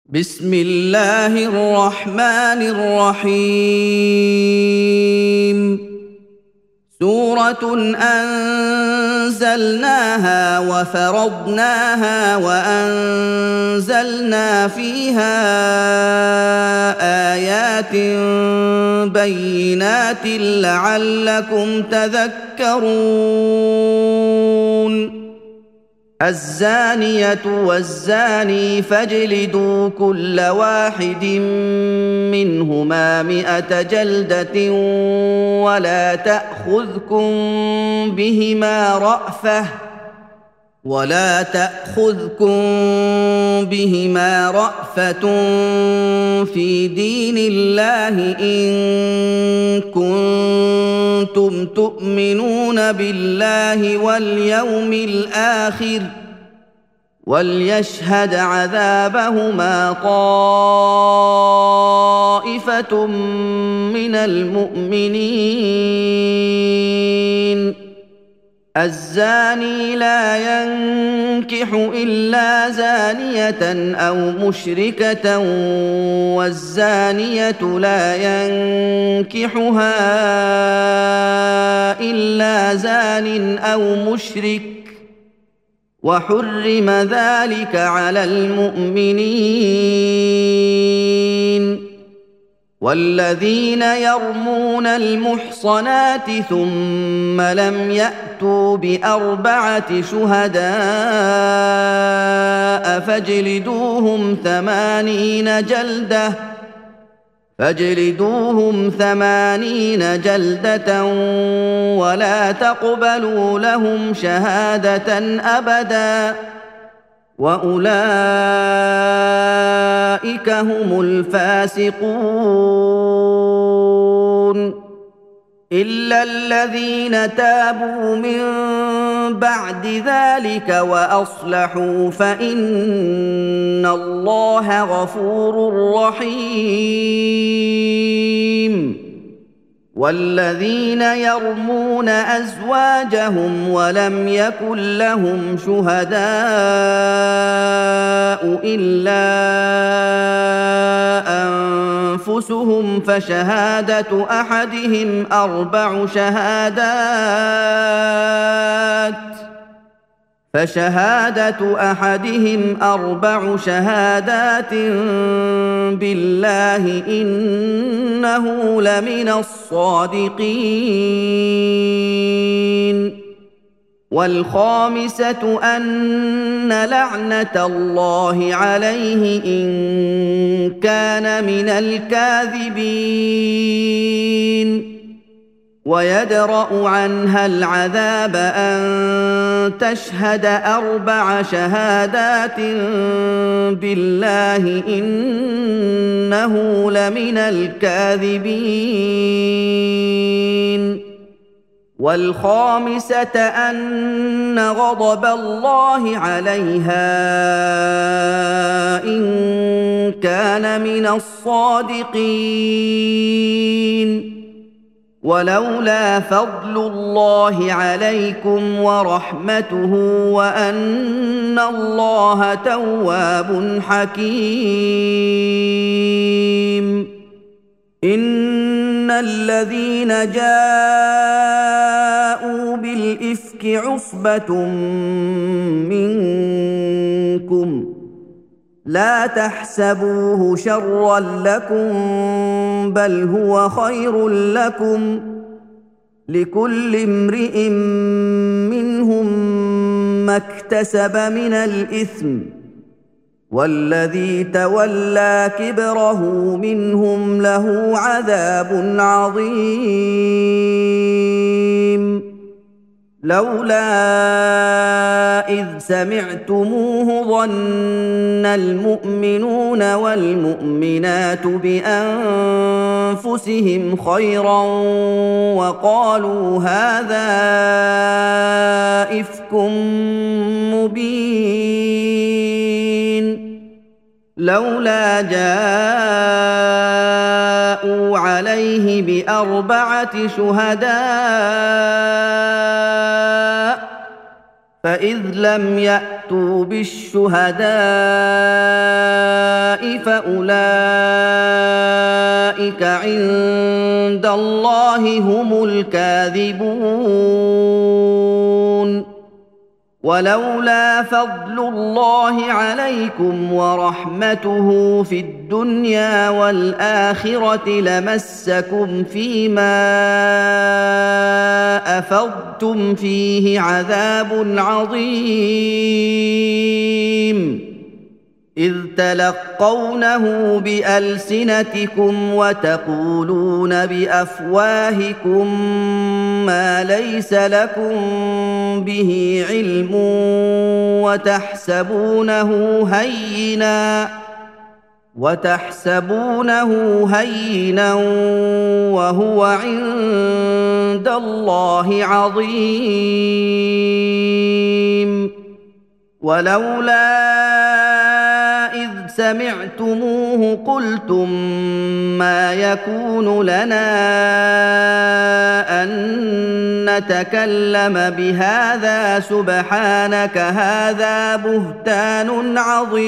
بسم الله الرحمن الرحيم سورة أنزلناها وفرضناها وأنزلنا فيها آيات بينات لعلكم تذكرون الزانية والزاني فاجلدوا كل واحد منهما 100 جلدة ولا تأخذكم بهما رأفة في دين الله إن كنتم تؤمنون بالله واليوم الآخر وليشهد عذابهما طائفة من المؤمنين الزاني لا ينكح إلا زانية أو مشركة والزانية لا ينكحها إلا زان أو مشرك وحرم ذلك على المؤمنين والذين يرمون المحصنات ثم لم يأتوا ب4 شهداء فاجلدوهم 80 جلدة ولا تقبلوا لهم شهادة أبدا وأولئك هم الفاسقون إلا الذين تابوا من بعد ذلك وأصلحوا فإن الله غفور رحيم والذين يرمون أزواجهم ولم يكن لهم شهداء إلا أنفسهم فشهادة أحدهم 4 شهادات بالله إنه لمن الصادقين والخامسة أن لعنة الله عليه إن كان من الكاذبين ويدرأ عنها العذاب أن تشهد 4 شهادات بالله إنه لمن الكاذبين والخامسة أن غضب الله عليها إن كان من الصادقين ولولا فضل الله عليكم ورحمته وأن الله تواب حكيم إن الذين جاءوا بالإفك عصبة منكم لا تحسبوه شرا لكم بل هو خير لكم لكل امرئ منهم ما اكتسب من الإثم والذي تولى كبره منهم له عذاب عظيم لولا إذ سمعتموه ظن المؤمنون والمؤمنات بأنفسهم خيرا وقالوا هذا إفك مبين لولا جاءوا عليه ب4 شهداء فإذ لم يأتوا بالشهداء فأولئك عند الله هم الكاذبون ولولا فضل الله عليكم ورحمته في الدنيا والآخرة لمسكم فيما أفضتم فيه عذاب عظيم إذ تلقونه بألسنتكم وتقولون بأفواهكم ما ليس لكم به علم وتحسبونه هينا وهو عند الله عظيم ولولا إذ سمعتموه قلتم ما يكون لنا أن نتكلم بهذا سبحانك هذا بهتان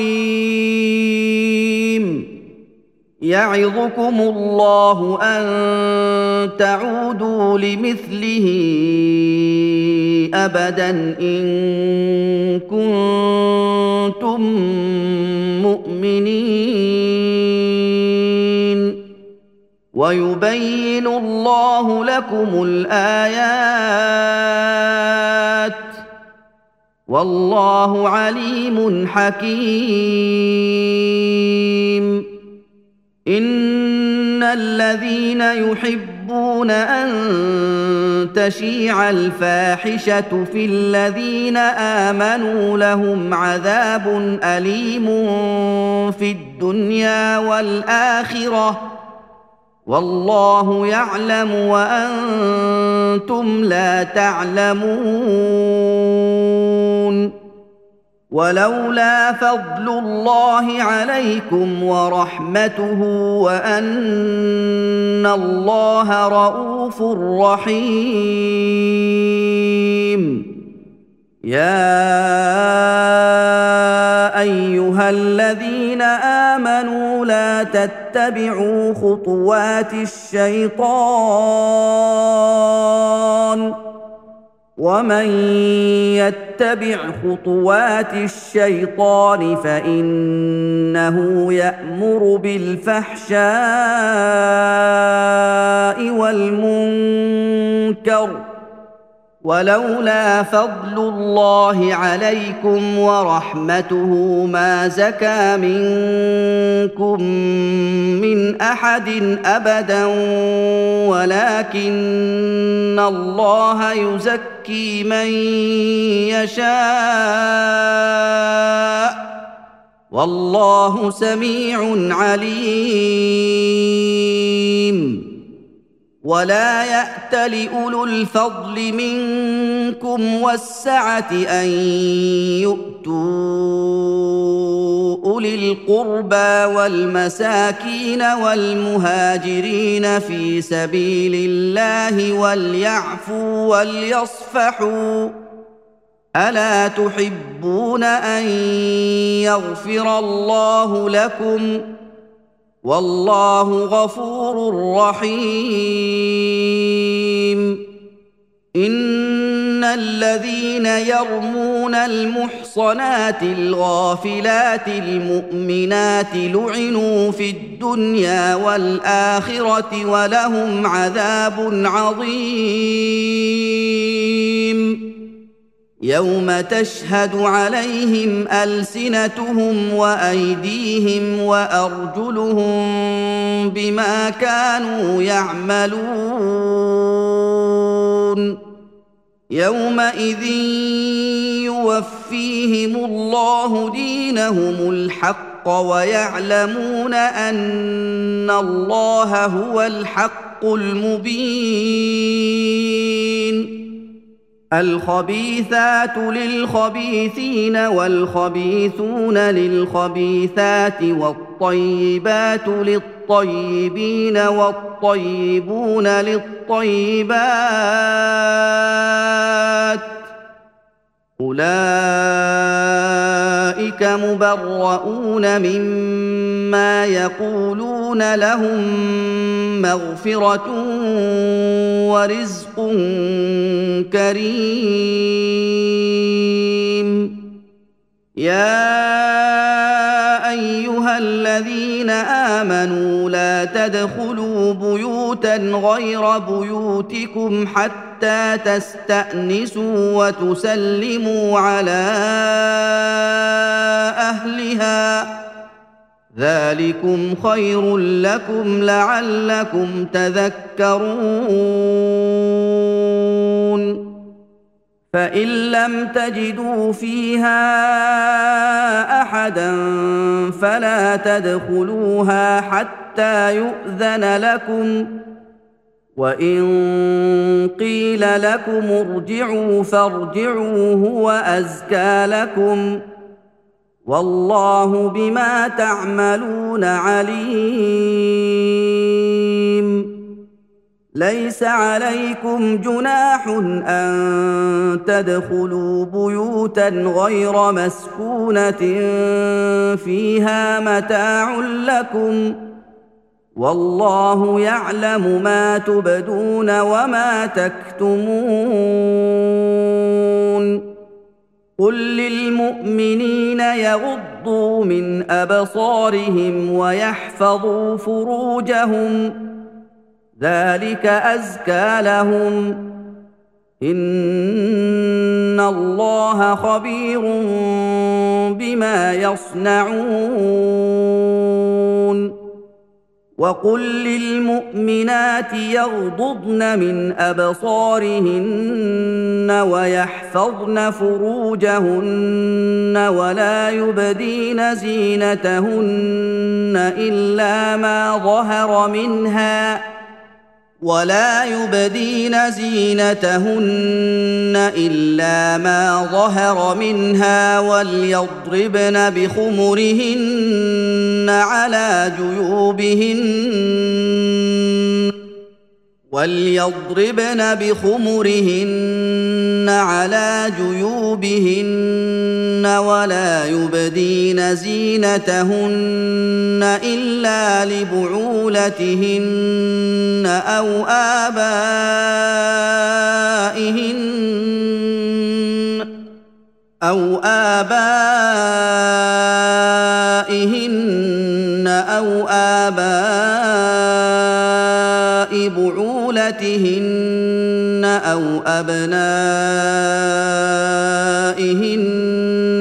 عظيم يعظكم الله أن تعودوا لمثله أبدا إن كنتم مؤمنين ويبين الله لكم الآيات والله عليم حكيم إن الذين يحبون أن تشيع الفاحشة في الذين آمنوا لهم عذاب أليم في الدنيا والآخرة والله يعلم وأنتم لا تعلمون ولولا فضل الله عليكم ورحمته وأن الله رءوف رحيم يا أيها الذين آمنوا لا تتبعوا خطوات الشيطان ومن يتبع خطوات الشيطان فإنه يأمر بالفحشاء والمنكر ولولا فضل الله عليكم ورحمته ما زكى منكم من أحد أبدا ولكن الله يزكي من يشاء والله سميع عليم ولا يأت لأولو الفضل منكم والسعة أن يؤتوا أولي القربى والمساكين والمهاجرين في سبيل الله وليعفوا وليصفحوا ألا تحبون أن يغفر الله لكم والله غفور رحيم إن الذين يرمون المحصنات الغافلات المؤمنات لعنوا في الدنيا والآخرة ولهم عذاب عظيم يوم تشهد عليهم ألسنتهم وأيديهم وأرجلهم بما كانوا يعملون يومئذ يوفيهم الله دينهم الحق ويعلمون أن الله هو الحق المبين الخبيثات للخبيثين والخبيثون للخبيثات والطيبات للطيبين والطيبون للطيبات أولئك مبرؤون مما ما يقولون لهم مغفرة ورزق كريم. يا أيها الذين آمنوا لا تدخلوا بيوتا غير بيوتكم حتى تستأنسوا وتسلموا على أهلها، ذلكم خير لكم لعلكم تذكرون. فإن لم تجدوا فيها أحدا فلا تدخلوها حتى يؤذن لكم، وإن قيل لكم ارجعوا فارجعوا هو أزكى لكم، والله بما تعملون عليم. ليس عليكم جناح أن تدخلوا بيوتا غير مسكونة فيها متاع لكم، والله يعلم ما تبدون وما تكتمون. قل للمؤمنين يغضوا من أبصارهم ويحفظوا فروجهم، ذلك أزكى لهم، إن الله خبير بما يصنعون. وقل للمؤمنات يغضضن من أبصارهن ويحفظن فروجهن ولا يبدين زينتهن إلا ما ظهر منها، وليضربن بخمرهن على جيوبهن ولا يبدين زينتهن إلا لبعولتهن أو آبائهن أو آباء بعولتهن أو أبنائهن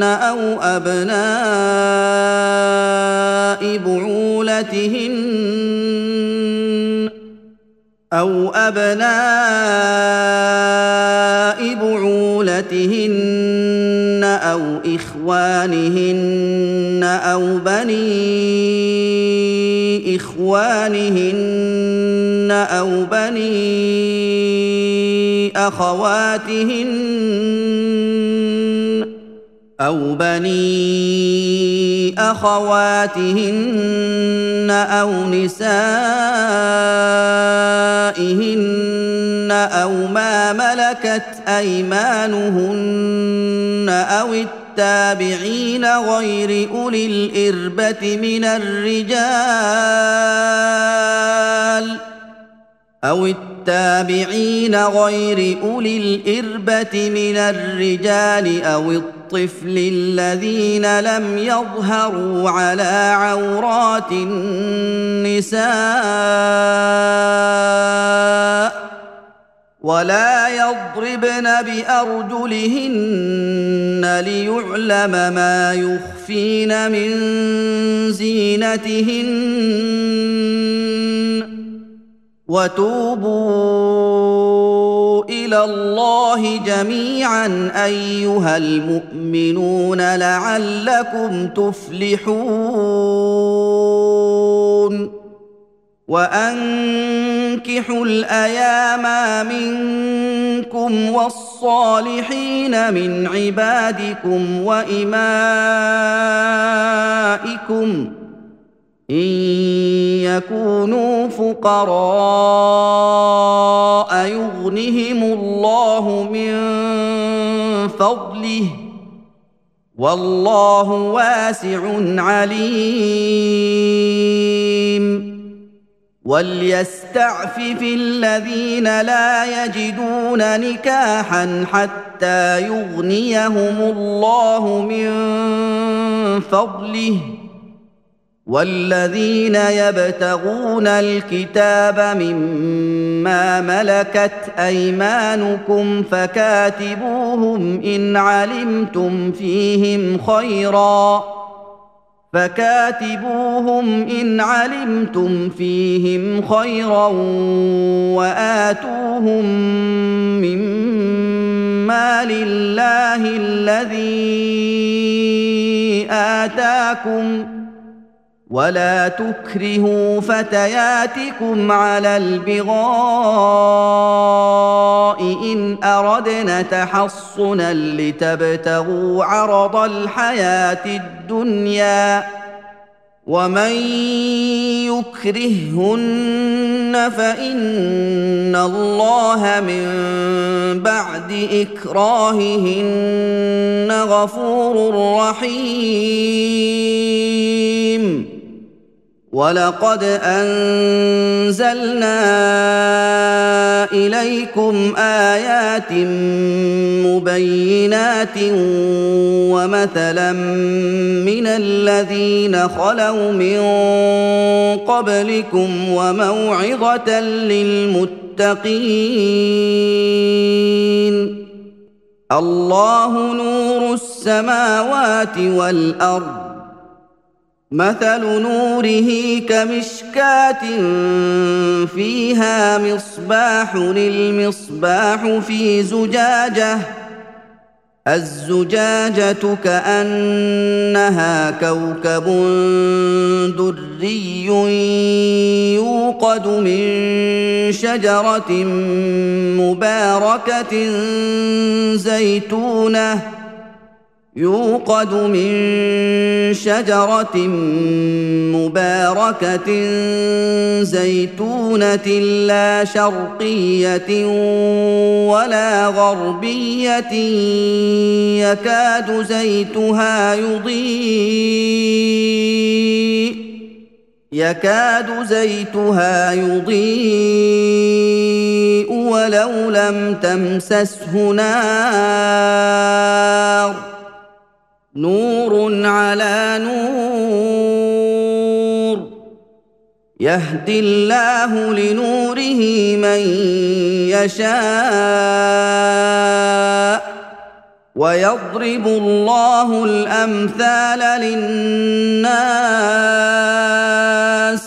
أو أبناء بعولتهن أو إخوانهن أو بني إخوانهن أو بني أخواتهن أو نسائهن أو ما ملكت أيمانهن التابعين غير أولي الإربة من الرجال أو الطفل الذين لم يظهروا على عورات النساء، ولا يضربن بأرجلهن ليعلم ما يخفين من زينتهن. وتوبوا إلى الله جميعا أيها المؤمنون لعلكم تفلحون. وأنكحوا الأيام منكم والصالحين من عبادكم وإمائكم إن يكونوا فقراء يغنهم الله من فضله والله واسع عليم. وليستعفف الذين لا يجدون نكاحا حتى يغنيهم الله من فضله، والذين يبتغون الكتاب مما ملكت أيمانكم فكاتبوهم إن علمتم فيهم خيرا وآتوهم مما لله الذي آتاكم، ولا تكرهوا فتياتكم على البغاء إن أردنا تحصنا لتبتغوا عرض الحياة الدنيا، ومن يكرههن فإن الله من بعد إكراههن غفور رحيم. ولقد أنزلنا إليكم آيات مبينات ومثلا من الذين خلوا من قبلكم وموعظة للمتقين. الله نور السماوات والأرض، مثل نوره كمشكاة فيها مصباح، المصباح في زجاجة، الزجاجة كأنها كوكب دري يوقد من شجرة مباركة زيتونة لا شرقية ولا غربية يكاد زيتها يضيء ولو لم تمسسه نار، نور على نور، يهدي الله لنوره من يشاء، ويضرب الله الأمثال للناس،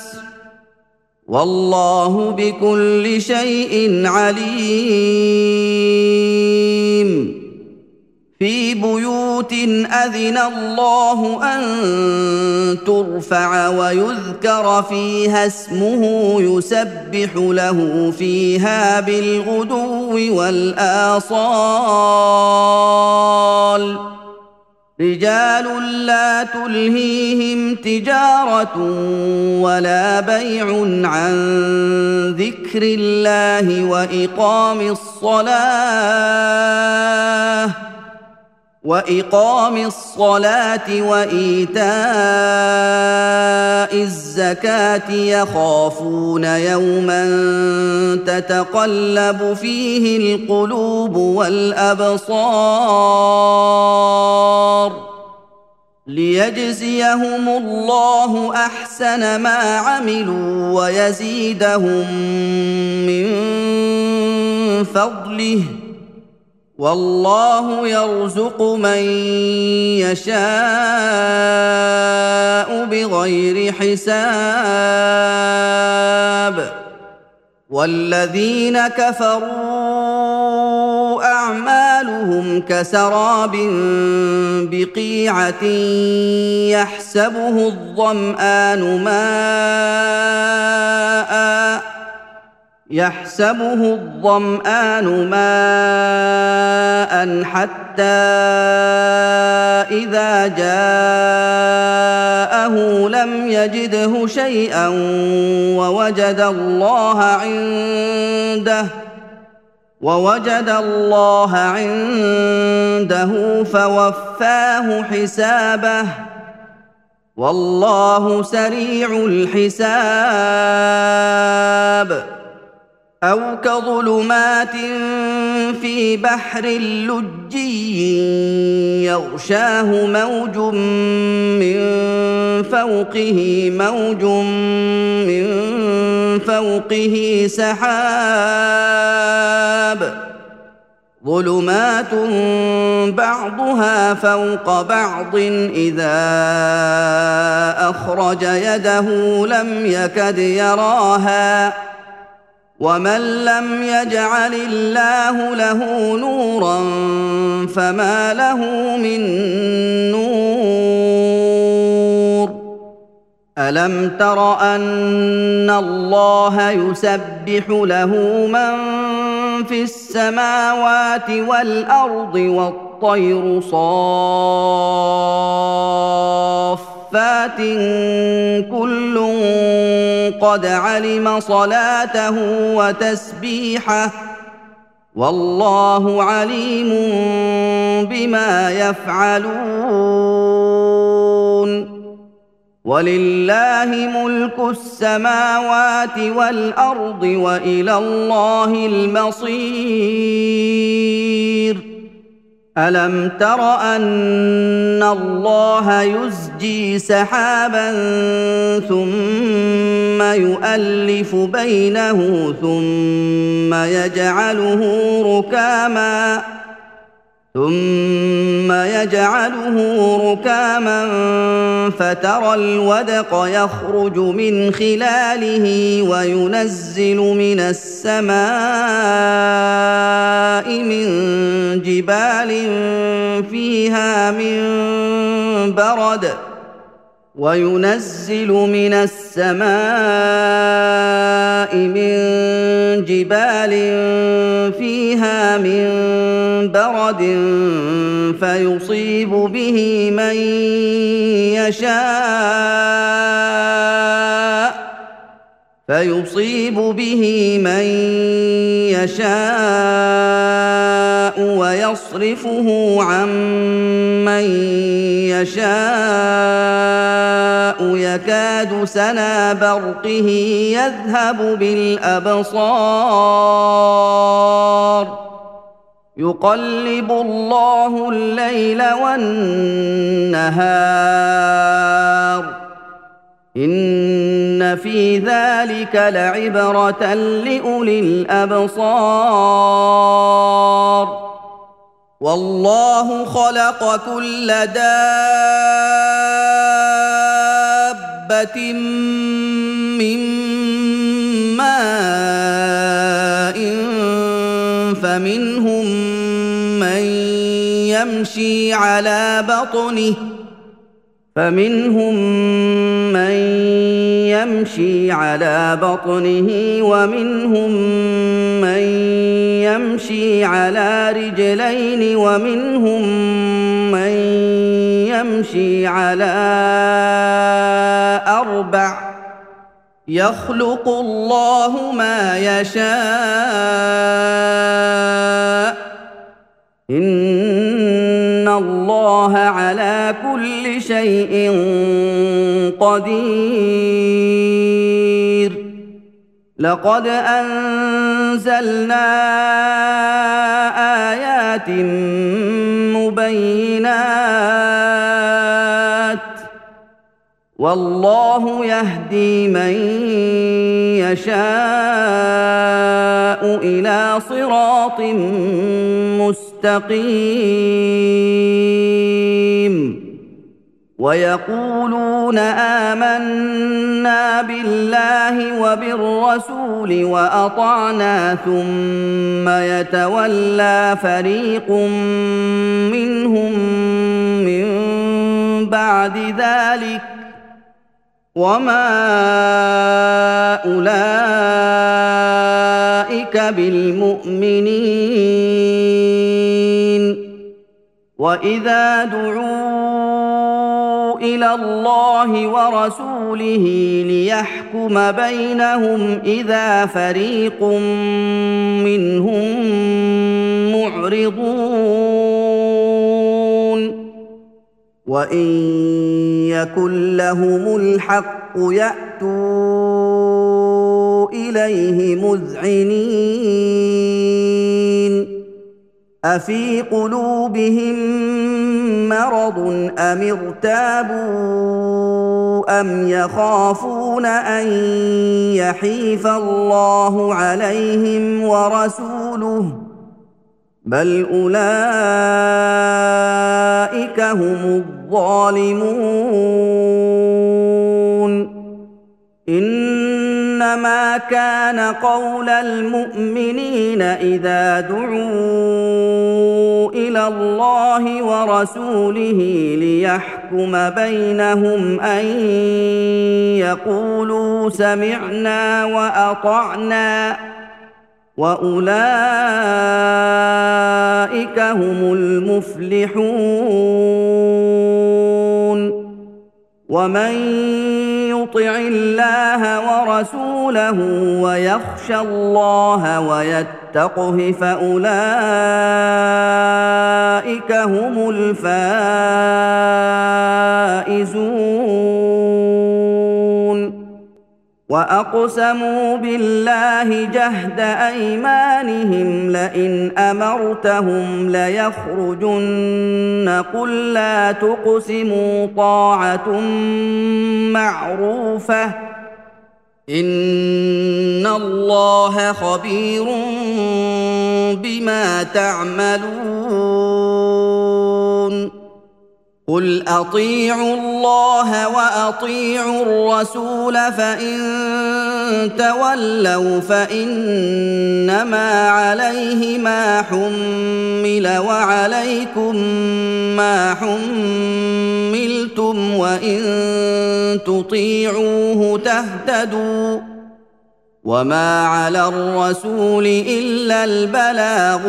والله بكل شيء عليم. في بيوت أذن الله أن ترفع ويذكر فيها اسمه يسبح له فيها بالغدو والآصال، رجال لا تلهيهم تجارة ولا بيع عن ذكر الله وإقام الصلاة وإيتاء الزكاة، يخافون يوما تتقلب فيه القلوب والأبصار، ليجزيهم الله أحسن ما عملوا ويزيدهم من فضله، والله يرزق من يشاء بغير حساب. والذين كفروا أعمالهم كسراب بقيعة يحسبه الظمآن ماء حتى إذا جاءه لم يجده شيئا ووجد الله عنده فوفاه حسابه، والله سريع الحساب أو كظلمات في بحر لجي يغشاه موج من فوقه موج من فوقه سحاب ظلمات بعضها فوق بعض إذا أخرج يده لم يكد يراها ومن لم يجعل الله له نورا فما له من نور ألم تر أن الله يسبح له من في السماوات والأرض والطير صافات كل قد علم صلاته وتسبيحه والله عليم بما يفعلون ولله ملك السماوات والأرض وإلى الله المصير ألم تر أن الله يزجي سحابا ثم يؤلف بينه ثم يجعله ركاما فترى الودق يخرج من خلاله وينزل من السماء من جبال فيها من برد فيصيب به من يشاء ويصرفه عن من يشاء يكاد سنا برقه يذهب بالأبصار يقلب الله الليل والنهار إن في ذلك لعبرة لأولي الأبصار والله خلق كل دابة من ماء فمنهم من يمشي على بطنه ومنهم من يمشي على رجلين ومنهم من يمشي على أربع يخلق الله ما يشاء إن الله على كل شيء قدير لقد أنزلنا آيات مبينات والله يهدي من يشاء إلى صراط مستقيم ويقولون آمنا بالله وبالرسول وأطعنا ثم يتولى فريق منهم من بعد ذلك وما أولئك بالمؤمنين وإذا دعوا إلى الله ورسوله ليحكم بينهم إذا فريق منهم معرضون وإن يكن لهم الحق يأتوا إليه مذعنين أفي قلوبهم مرض أم ارتابوا أم يخافون أن يحيف الله عليهم ورسوله بل أولئك هم الظالمون إنما كان قول المؤمنين إذا دعوا إلى الله ورسوله ليحكم بينهم أن يقولوا سمعنا وأطعنا وأولئك هم المفلحون ومن يطع الله ورسوله ويخشى الله ويتقه فأولئك هم الفائزون وأقسموا بالله جهد أيمانهم لئن أمرتهم ليخرجن قل لا تقسموا طاعة معروفة إن الله خبير بما تعملون قل أطيعوا الله وأطيعوا الرسول فإن تولوا فإنما عليه ما حمل وعليكم ما حملتم وإن تطيعوه تهتدوا وما على الرسول إلا البلاغ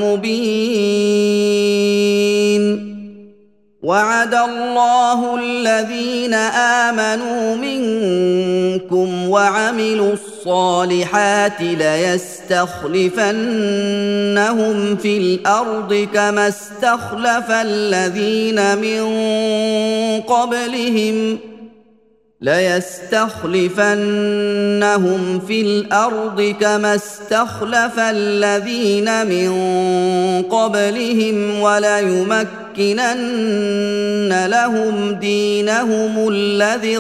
المبين وعد الله الذين آمنوا منكم وعملوا الصالحات ليستخلفنهم في الأرض كما استخلف الذين من قبلهم ليستخلفنهم في الأرض كما استخلف الذين من قبلهم وليمكنن لهم دينهم الذي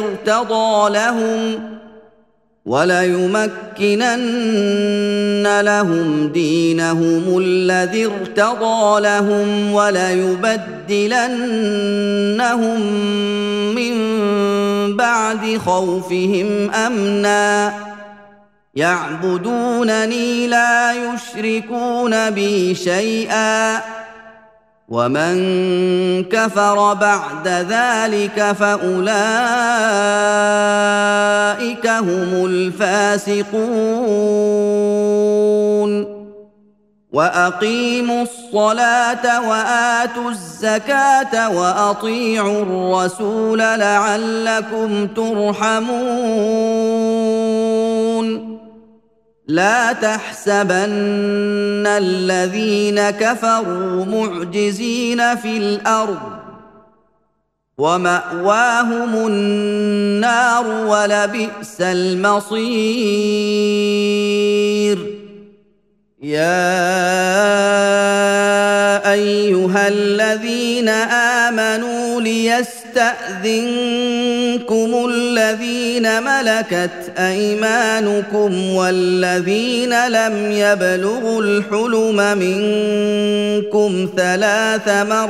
ارتضى لهم وليبدلنهم من بعد خوفهم أمنا يعبدونني لا يشركون بي شيئا ومن كفر بعد ذلك فأولئك هم الفاسقون وأقيموا الصلاة وآتوا الزكاة وأطيعوا الرسول لعلكم ترحمون لا تحسبن الذين كفروا معجزين في الأرض ومأواهم النار ولبئس المصير يا أيها الذين آمنوا ليستأذنكم الذين ملكت أيمانكم والذين لم يبلغوا الحلم منكم ثلاث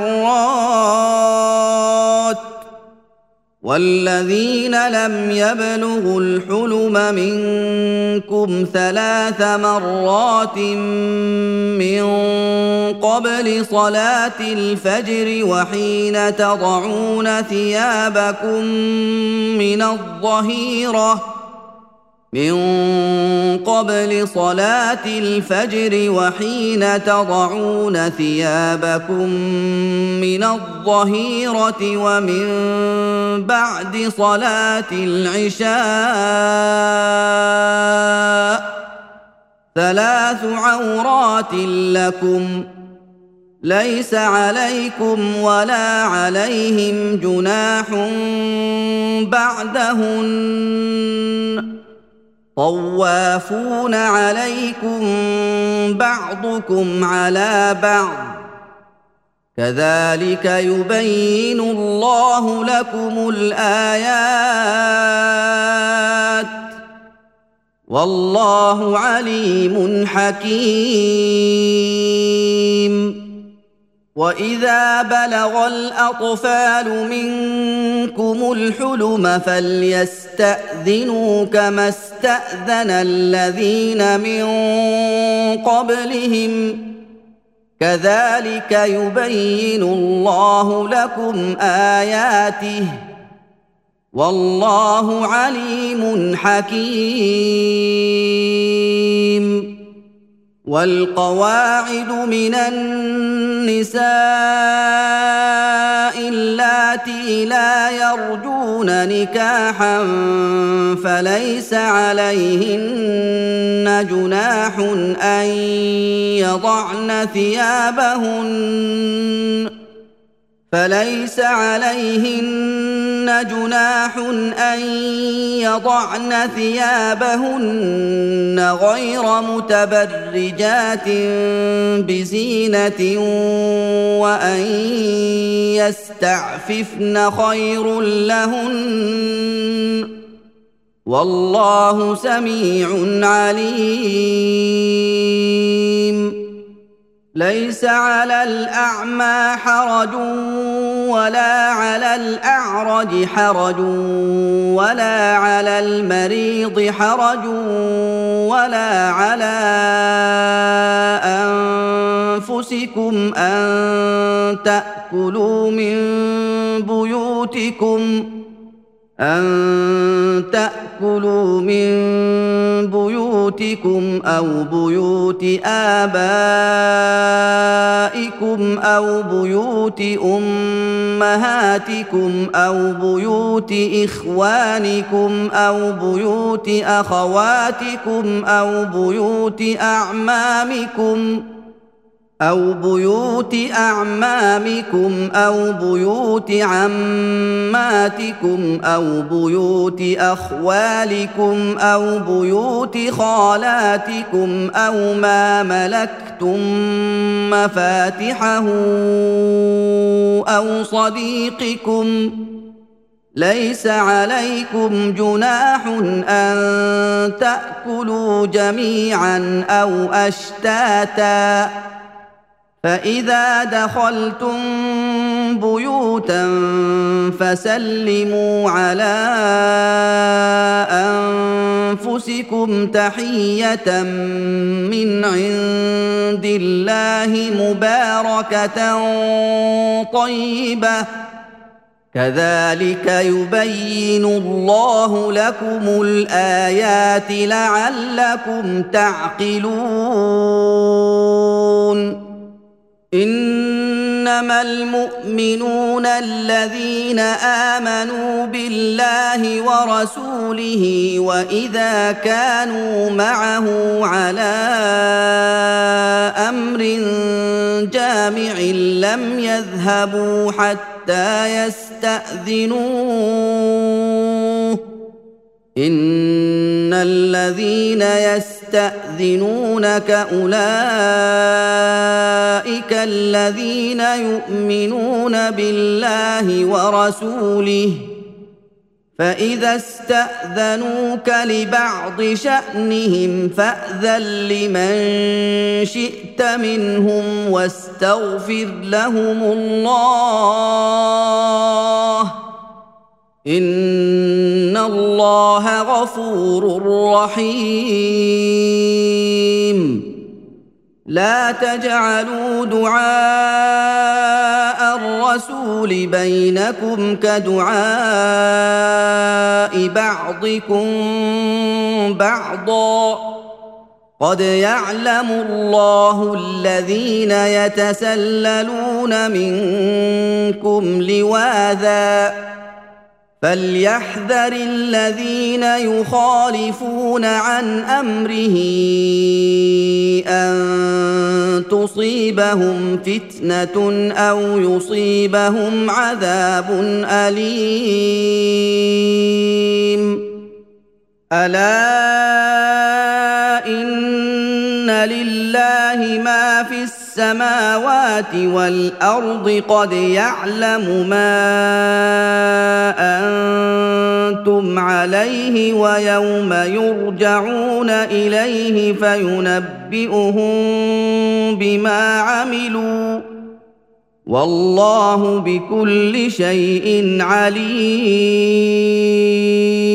مرات من قبل صلاة الفجر وحين تضعون ثيابكم من الظهيرة ومن بعد صلاة العشاء 3 عورات لكم ليس عليكم ولا عليهم جناح بعدهن طوافون عليكم بعضكم على بعض كذلك يبين الله لكم الآيات والله عليم حكيم وإذا بلغ الأطفال منكم الحلم فليستأذنوا كما استأذن الذين من قبلهم كذلك يبين الله لكم آياته والله عليم حكيم والقواعد من النساء اللاتي لا يرجون نكاحا فليس عليهن جناح أن يضعن ثيابهن غير متبرجات بزينة وأن يستعففن خير لهن والله سميع عليم ليس على الأعمى حرج ولا على الأعرج حرج ولا على المريض حرج ولا على أنفسكم أن تأكلوا من بيوتكم أو بيوت آبائكم أو بيوت أمهاتكم أو بيوت إخوانكم أو بيوت أخواتكم أو بيوت أعمامكم أو بيوت عماتكم أو بيوت أخوالكم أو بيوت خالاتكم أو ما ملكتم مفاتحه أو صديقكم ليس عليكم جناح أن تأكلوا جميعا أو أشتاتا فإذا دخلتم بيوتا فسلموا على أنفسكم تحية من عند الله مباركة طيبة كذلك يبين الله لكم الآيات لعلكم تعقلون إنما المؤمنون الذين آمنوا بالله ورسوله وإذا كانوا معه على أمر جامع لم يذهبوا حتى يستأذنوه إن الذين يستأذنونك أولئك الذين يؤمنون بالله ورسوله فإذا استأذنوك لبعض شأنهم فأذن لمن شئت منهم واستغفر لهم الله إن الله غفور رحيم لا تجعلوا دعاء الرسول بينكم كدعاء بعضكم بعضا قد يعلم الله الذين يتسللون منكم لواذا فليحذر الذين يخالفون عن امره ان تصيبهم فتنه او يصيبهم عذاب اليم. الا ان لله ما في السماوات والارض قد يعلم ما انتم عليه ويوم يرجعون اليه فينبئهم بما عملوا والله بكل شيء عليم.